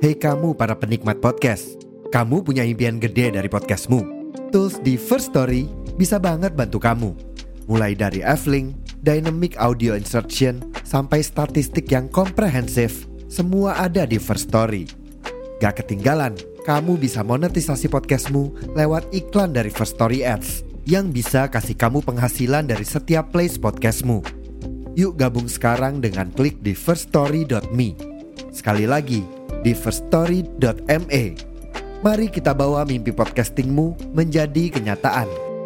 Hei kamu para penikmat podcast, kamu punya impian gede dari podcastmu. Tools di First Story bisa banget bantu kamu. Mulai dari F-Link, Dynamic Audio Insertion, sampai statistik yang komprehensif, semua ada di First Story. Gak ketinggalan, kamu bisa monetisasi podcastmu lewat iklan dari First Story Ads yang bisa kasih kamu penghasilan dari setiap plays podcastmu. Yuk gabung sekarang dengan klik di firststory.me. Sekali lagi, di firststory.me. Mari kita bawa mimpi podcastingmu menjadi kenyataan.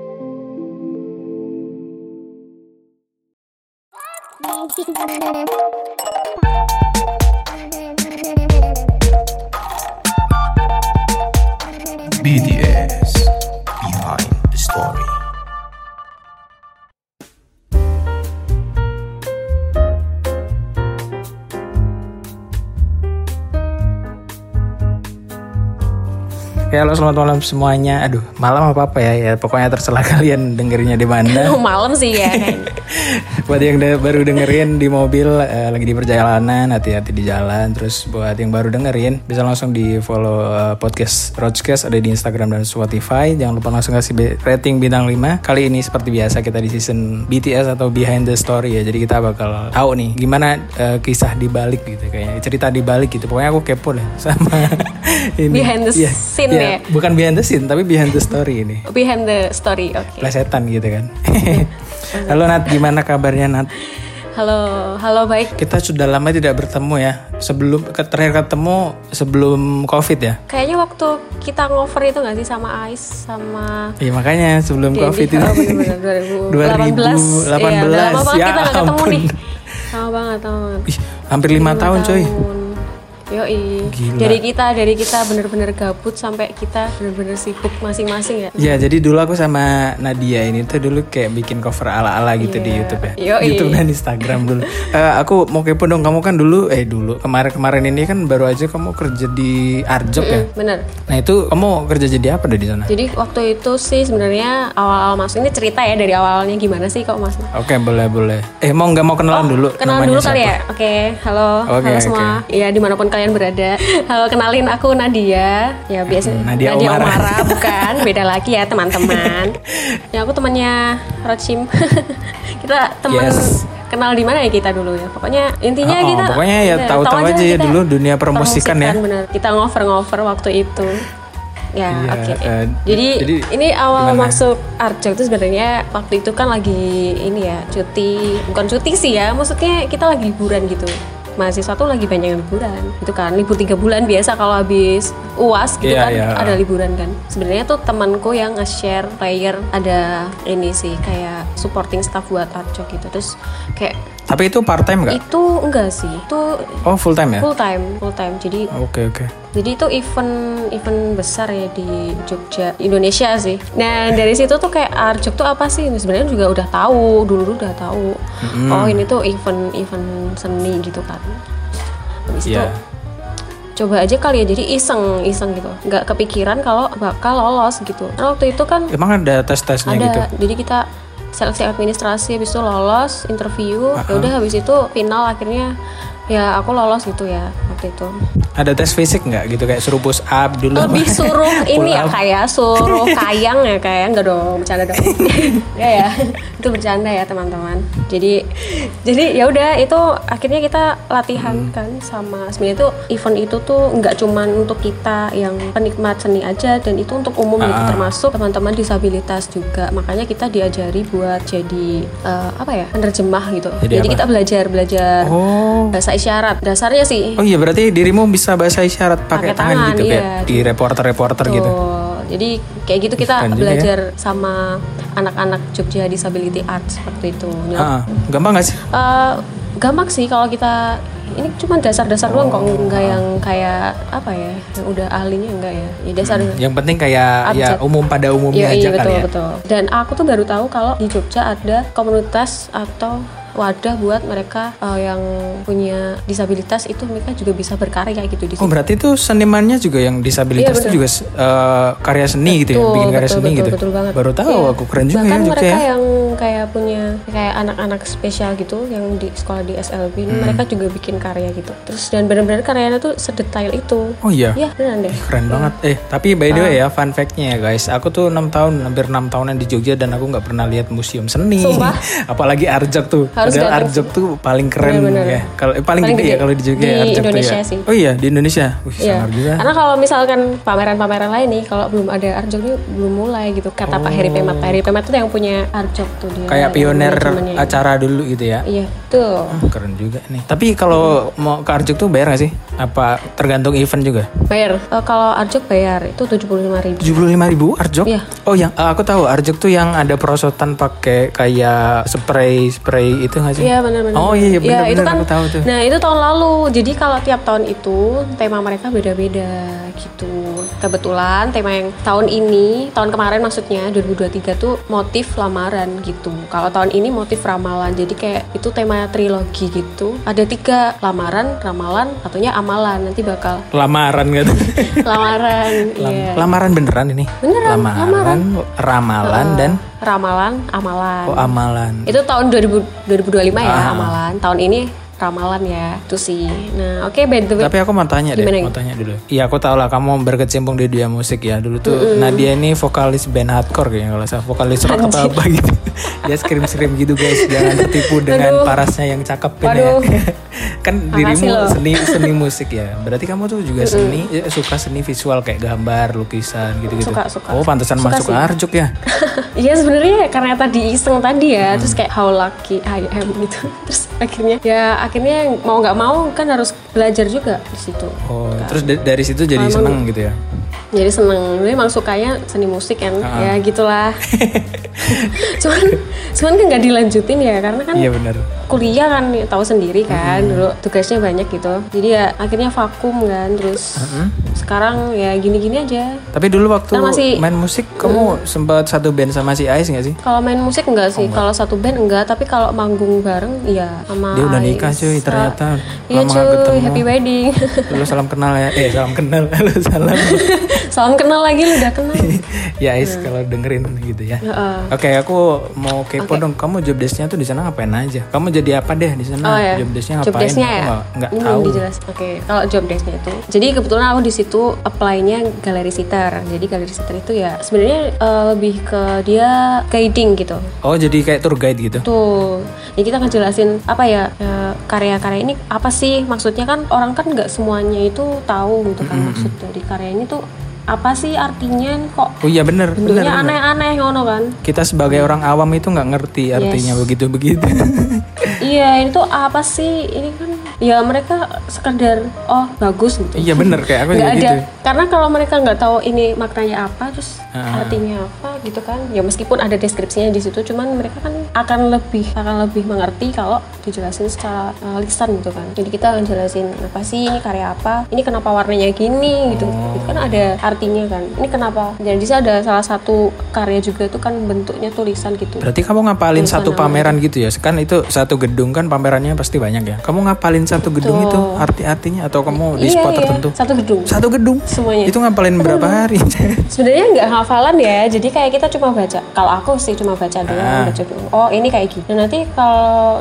BTS Behind the Story. Ya, halo, selamat malam semuanya. Aduh, malam apa ya? Ya pokoknya terserah kalian dengerinnya di mana. Malam sih ya. Buat yang baru dengerin di mobil, lagi di perjalanan, hati-hati di jalan. Terus buat yang baru dengerin, bisa langsung di follow podcast Roachcast, ada di Instagram dan Spotify. Jangan lupa langsung kasih rating bintang 5. Kali ini seperti biasa kita di season BTS atau Behind the Story ya. Jadi kita bakal tahu nih gimana kisah di balik gitu, kayak cerita di balik gitu. Pokoknya aku kepo deh sama ini. Behind the scene ya. Bukan behind the scene tapi behind the story ini. Behind the story, oke. Plesetan gitu kan. Halo Nat, gimana kabarnya Nat? Halo baik. Kita sudah lama tidak bertemu ya. Terakhir ketemu sebelum COVID ya. Kayaknya waktu kita ngover itu nggak sih sama Ais sama. Iya makanya sebelum COVID itu. Oh benar 2018. 2018. Ya, lama banget Ya kita nggak ketemu ampun. nih. Lama banget. Ih, hampir 5 tahun coy. Yoi. Gila. Dari kita bener-bener gabut sampai kita bener-bener sibuk masing-masing ya. Ya jadi dulu aku sama Nadia ini tuh dulu kayak bikin cover ala-ala gitu di YouTube ya. Yoi. YouTube dan Instagram dulu. Aku mau kepo dong, kamu kan dulu kemarin ini kan baru aja kamu kerja di Arjok ya. Bener. Nah itu kamu kerja jadi apa deh di sana? Jadi waktu itu sih sebenarnya awal-awal masuk ini cerita ya dari awalnya gimana sih kok Mas? Oke, boleh. Nggak mau kenalan dulu? Kenalan dulu kali ya. Oke, halo semua. Ya dimanapun kalian berada. Halo, kenalin aku Nadia. Ya biasa Nadia Omara bukan. Beda lagi ya teman-teman. Ya aku temannya Rochim. Kita teman. Yes. Kenal di mana ya kita dulu ya. Pokoknya intinya kita. Pokoknya ya tahu-tahu aja ya dulu dunia permusikan ya. Bener. Kita ngover-ngover waktu itu. Ya, iya, oke. Jadi ini awal gimana? Masuk Arjok itu sebenarnya waktu itu kan lagi ini ya cuti, bukan cuti sih ya, maksudnya kita lagi liburan gitu. Mahasiswa tuh lagi banyak yang liburan, itu kan libur 3 bulan biasa kalau habis UAS gitu kan ada liburan kan. Sebenarnya tuh temanku yang nge-share player ada ini sih kayak supporting staff buat Arjok gitu, terus kayak. Tapi itu part time nggak? Itu enggak sih, itu. Oh full time ya? Full time. Jadi. Oke. Jadi itu event besar ya di Jogja, Indonesia sih. Nah dari situ tuh kayak Arjok tuh apa sih? Sebenarnya juga udah tahu, dulu udah tahu. Oh ini tuh event seni gitu kan. Habis itu coba aja kali ya, jadi iseng gitu. Nggak kepikiran kalau bakal lolos gitu. Karena waktu itu kan. Emang ada tes-tesnya gitu? Ada, jadi kita seleksi administrasi, habis itu lolos interview, ya udah habis itu final akhirnya ya aku lolos gitu ya waktu itu. Ada tes fisik nggak gitu kayak suruh push up dulu? Lebih suruh ini ya kayak suruh kayang ya kayak enggak dong, bercanda dong. ya itu bercanda ya teman-teman. Jadi ya udah itu akhirnya kita latihan kan sama sebenarnya itu event itu tuh nggak cuman untuk kita yang penikmat seni aja, dan itu untuk umum gitu, termasuk teman-teman disabilitas juga. Makanya kita diajari buat jadi penerjemah gitu. Jadi kita belajar bahasa isyarat dasarnya sih. Oh iya, berarti dirimu bisa bahasa isyarat pakai tangan gitu iya. Kayak di reporter gitu. Jadi kayak gitu kita belajar sama anak-anak Jogja Disability Art seperti itu. Gampang nggak sih? Gampang sih kalau kita ini cuma dasar-dasar doang kok, enggak yang kayak apa ya, yang udah ahlinya enggak ya. Ya dasar. Yang penting kayak ya umum pada umumnya aja betul, kali ya. Betul. Dan aku tuh baru tahu kalau di Jogja ada komunitas atau wadah buat mereka yang punya disabilitas itu mereka juga bisa berkarya gitu di situ. Oh berarti itu senimannya juga yang disabilitas itu juga karya seni gitu ya, bikin karya seni gitu. Betul banget. Baru tahu aku, keren juga bahkan ya. Mereka yang kayak punya kayak anak-anak spesial gitu yang di sekolah di SLB ini mereka juga bikin karya gitu. Terus dan benar-benar karyanya tuh sedetail itu. Oh iya? Iya beneran deh. Keren banget. Tapi by the way ya, fun fact-nya ya guys, aku tuh 6 tahun, hampir 6 tahunan di Jogja dan aku gak pernah lihat museum seni. Sumpah? Apalagi Arjok tuh. Padahal Arjok tuh paling keren ya. Kalau paling gede ya kalau di Jogja di Arjok Indonesia tuh ya. sih. Oh iya, di Indonesia. Wih, sangar juga. Karena kalau misalkan pameran-pameran lain nih, kalau belum ada Arjok ini belum mulai gitu. Kata Pak Heri Pemat. Pak Heri Pemat tuh yang punya Arjok tuh dia. Kayak pioner acara dulu gitu ya. Iya, tuh. Keren juga nih. Tapi kalau mau ke Arjok tuh bayar gak sih? Apa tergantung event juga? Bayar. Kalau Arjok bayar itu 75.000. 75.000 Arjok? Iya. Oh yang aku tahu Arjok tuh yang ada perosotan pakai kayak spray itu nggak sih? Iya benar-benar. Oh iya benar-benar itu kan, aku tahu tuh. Nah itu tahun lalu. Jadi kalau tiap tahun itu tema mereka beda-beda gitu. Kebetulan tema yang tahun ini, tahun kemarin maksudnya 2023 tuh motif lamaran gitu. Kalau tahun ini motif ramalan. Jadi kayak itu tema trilogi gitu. Ada 3 lamaran, ramalan, satunya amalan. Nanti bakal lamaran gitu. Lamaran. Iya. Lamaran beneran ini? Beneran. Lamaran. Ramalan dan ramalan, amalan. Oh amalan. Itu tahun 2025 ya amalan. Tahun ini ramalan ya itu sih. Nah oke, by the way. Tapi aku mau tanya dulu. Iya aku tahu lah kamu berkecimpung di dunia musik ya. Dulu tuh Nadia ini vokalis band hardcore kayaknya, kalau saya vokalis rock atau apa gitu. Dia scream gitu guys. Jangan tertipu dengan parasnya yang cakep ini ya. Kan dirimu seni musik ya. Berarti kamu tuh juga suka seni visual kayak gambar, lukisan gitu-gitu. Suka. Oh pantesan suka masuk Arjok ya. Iya sebenarnya karena tadi iseng tadi ya. Terus kayak how lucky I am gitu. Terus akhirnya mau nggak mau kan harus belajar juga di situ. Oh, kan. Terus dari situ jadi seneng gitu ya? Jadi seneng, memang sukanya seni musik kan, ya gitulah. cuman kan nggak dilanjutin ya, karena kan iya, bener. Kuliah kan tahu sendiri kan, dulu tugasnya banyak gitu. Jadi ya akhirnya vakum kan, terus sekarang ya gini-gini aja. Tapi dulu waktu main musik kamu sempat satu band sama si Ais nggak sih? Kalau main musik enggak sih, kalau satu band enggak, tapi kalau manggung bareng iya sama Dia udah nikah cuy ternyata. Iya cuy, happy wedding. Lu salam kenal ya, salam kenal, halo salam. Salam kenal lagi, lu udah kenal. Ya Ais kalau dengerin gitu ya. Oke, aku mau kepo dong, kamu job desk-nya tuh di sana ngapain aja? Kamu jadi apa deh di sana? Job desk-nya ngapain? Job desk-nya ya? Nggak tahu. Oke, kalau job desk-nya itu, jadi kebetulan aku di situ apply-nya galeri sitter. Jadi galeri sitter itu ya sebenarnya lebih ke dia guiding gitu. Oh, jadi kayak tour guide gitu? Tuh, jadi kita ngejelasin apa ya karya-karya ini apa sih? Maksudnya kan orang kan nggak semuanya itu tahu gitu kan maksud dari karya ini tuh apa sih artinya kok? Oh iya bener. Bentuknya aneh-aneh ngono kan? Kita sebagai orang awam itu nggak ngerti artinya begitu-begitu. Iya, ini tuh apa sih? Ini kan ya mereka sekedar bagus gitu. Iya bener, kayak aku juga ada, gitu. Karena kalau mereka nggak tahu ini maknanya apa, terus artinya apa gitu kan? Ya meskipun ada deskripsinya di situ, cuman mereka kan akan lebih mengerti kalau dijelasin secara lisan gitu kan. Jadi kita ngejelasin apa sih ini karya apa? Ini kenapa warnanya gini gitu. Itu kan ada artinya kan. Ini kenapa? Jadi ada salah satu karya juga tuh kan bentuknya tulisan gitu. Berarti kamu ngapalin satu pameran gitu ya? Kan itu satu gedung kan pamerannya pasti banyak ya. Kamu ngapalin satu gedung itu arti-artinya atau kamu di spot tertentu? Satu gedung. Semuanya. Itu ngapalin berapa hari? Sebenarnya nggak hafalan ya. Jadi kayak kita cuma baca. Kalau aku sih cuma baca doang, baca dulu. Oh, ini kayak gini. Dan nanti kalau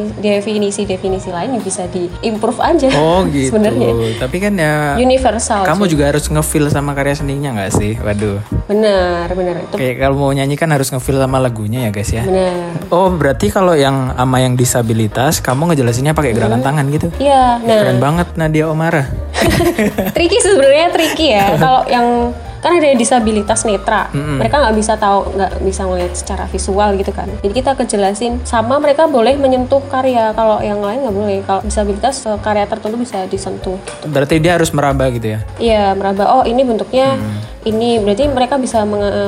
definisi lain bisa di-improve aja. Oh, gitu. Sebenarnya. Tapi kan ya universal. Kamu juga harus nge-feel sama karya seninya nggak sih? Waduh. Benar. Itu. Kayak kalau mau nyanyi kan harus nge-feel sama lagunya ya guys ya. Benar. Oh, berarti kalau yang sama yang disabilitas kamu ngejelasinnya pakai gerakan tangan gitu? Iya. Nah. Keren banget Nadia Omara. Tricky ya. Kalau yang kan ada disabilitas netra, mereka nggak bisa melihat secara visual gitu kan. Jadi kita kejelasin sama mereka boleh menyentuh karya, kalau yang lain nggak boleh. Kalau disabilitas karya tertentu bisa disentuh. Berarti dia harus meraba gitu ya? Iya, meraba. Oh ini bentuknya ini, berarti mereka bisa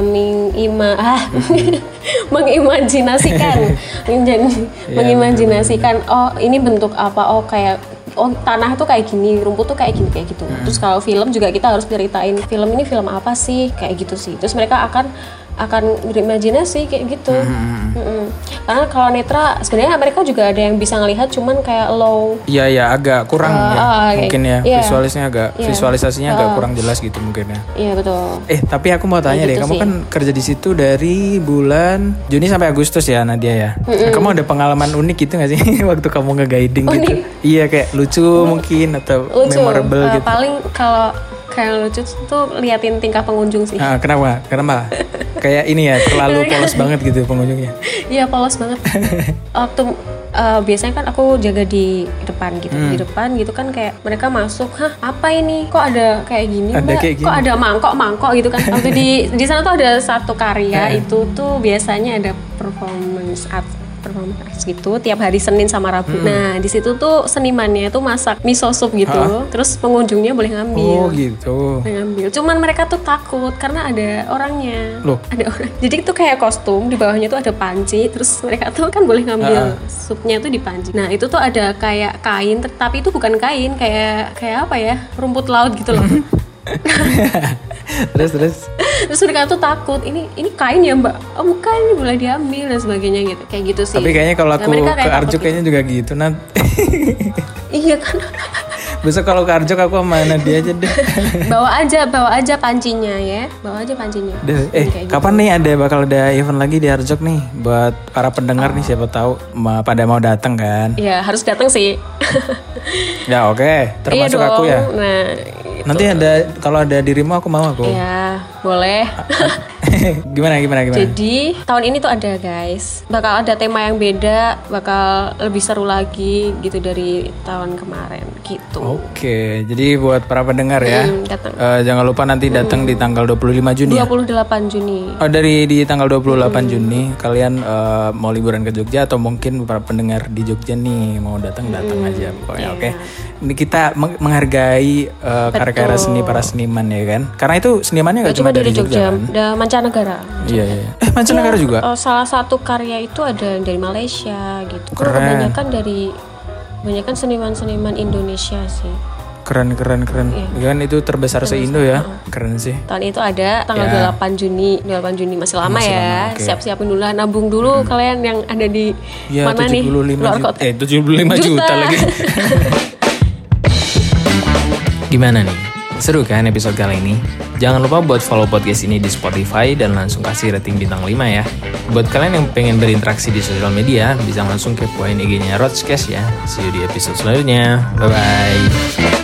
mengimajinasikan. Oh ini bentuk apa? Oh kayak tanah tuh kayak gini, rumput tuh kayak gini, kayak gitu. Terus kalau film juga kita harus ceritain film ini film apa sih, kayak gitu sih. Terus mereka akan berimajinasi kayak gitu. Karena kalau netra sebenarnya mereka juga ada yang bisa ngelihat, cuman kayak low. Iya agak kurang mungkin ya. Iya. Visualisasinya agak kurang jelas gitu mungkin ya. Iya betul. Tapi aku mau tanya deh, gitu kamu sih. kan kerja di situ dari bulan Juni sampai Agustus ya Nadia ya. Nah, kamu ada pengalaman unik gitu nggak sih waktu kamu nge-guiding gitu? Iya kayak lucu mungkin atau Lucu. memorable gitu. Paling kalau kayak lucu tuh liatin tingkah pengunjung sih. Kenapa? Kayak ini ya terlalu polos banget gitu pengunjungnya. Iya polos banget. Waktu biasanya kan aku jaga di depan gitu, di depan gitu kan kayak mereka masuk, hah apa ini? Kok ada kayak gini? Ada Mbak? kayak gini. Kok ada mangkok gitu kan? Waktu di sana tuh ada satu karya itu tuh biasanya ada performance art gitu tiap hari Senin sama Rabu. Nah di situ tuh senimannya tuh masak miso soup gitu, terus pengunjungnya boleh ngambil. Oh gitu. Boleh ngambil. Cuman mereka tuh takut karena ada orangnya. Loh? Ada orang. Jadi itu kayak kostum, di bawahnya tuh ada panci, terus mereka tuh kan boleh ngambil supnya tuh di panci. Nah itu tuh ada kayak kain, tapi itu bukan kain, kayak apa ya, rumput laut gitu loh. terus mereka tuh takut, ini kain ya mbak, oh bukan, ini boleh diambil dan sebagainya gitu, kayak gitu sih. Tapi kayaknya kalau aku mereka ke kayak Arjok takut kayaknya juga gitu iya kan. Besok kalau ke Arjok aku sama Nadia aja deh. bawa aja pancinya ya, bawa aja pancinya. Kayak kapan nih bakal ada event lagi di Arjok nih buat para pendengar nih, siapa tahu pada mau datang kan? Iya harus datang sih. Ya oke. Termasuk iya aku ya. Nah, nanti kalau ada dirimu aku mau aku. Iya boleh. Gimana? Jadi tahun ini tuh ada guys, bakal ada tema yang beda, bakal lebih seru lagi gitu dari tahun kemarin gitu. Oke, jadi buat para pendengar ya, datang. Jangan lupa nanti datang di tanggal 25 Juni 28 Juni. Oh, di tanggal 28 Juni kalian mau liburan ke Jogja atau mungkin para pendengar di Jogja nih mau datang aja pokoknya. Oke. Ini kita menghargai karya-karya seni para seniman ya kan. Karena itu senimannya nggak cuma dari Jogja kan? Ada mancanegara. Iya. Mancanegara juga. Salah satu karya itu ada dari Malaysia gitu. Keren. Kebanyakan seniman-seniman Indonesia sih. Keren. Iya. Kan itu terbesar se-Indo ya. Keren sih. Tahun itu ada tanggal 8 Juni masih lama ya. Okay. Siap-siapin dulu, nabung dulu kalian yang ada di mana nih? 75 juta lagi. Gimana nih? Seru kan episode kali ini? Jangan lupa buat follow podcast ini di Spotify dan langsung kasih rating bintang 5 ya. Buat kalian yang pengen berinteraksi di sosial media, bisa langsung kepoin IG-nya Rodscast ya. See you di episode selanjutnya. Bye-bye.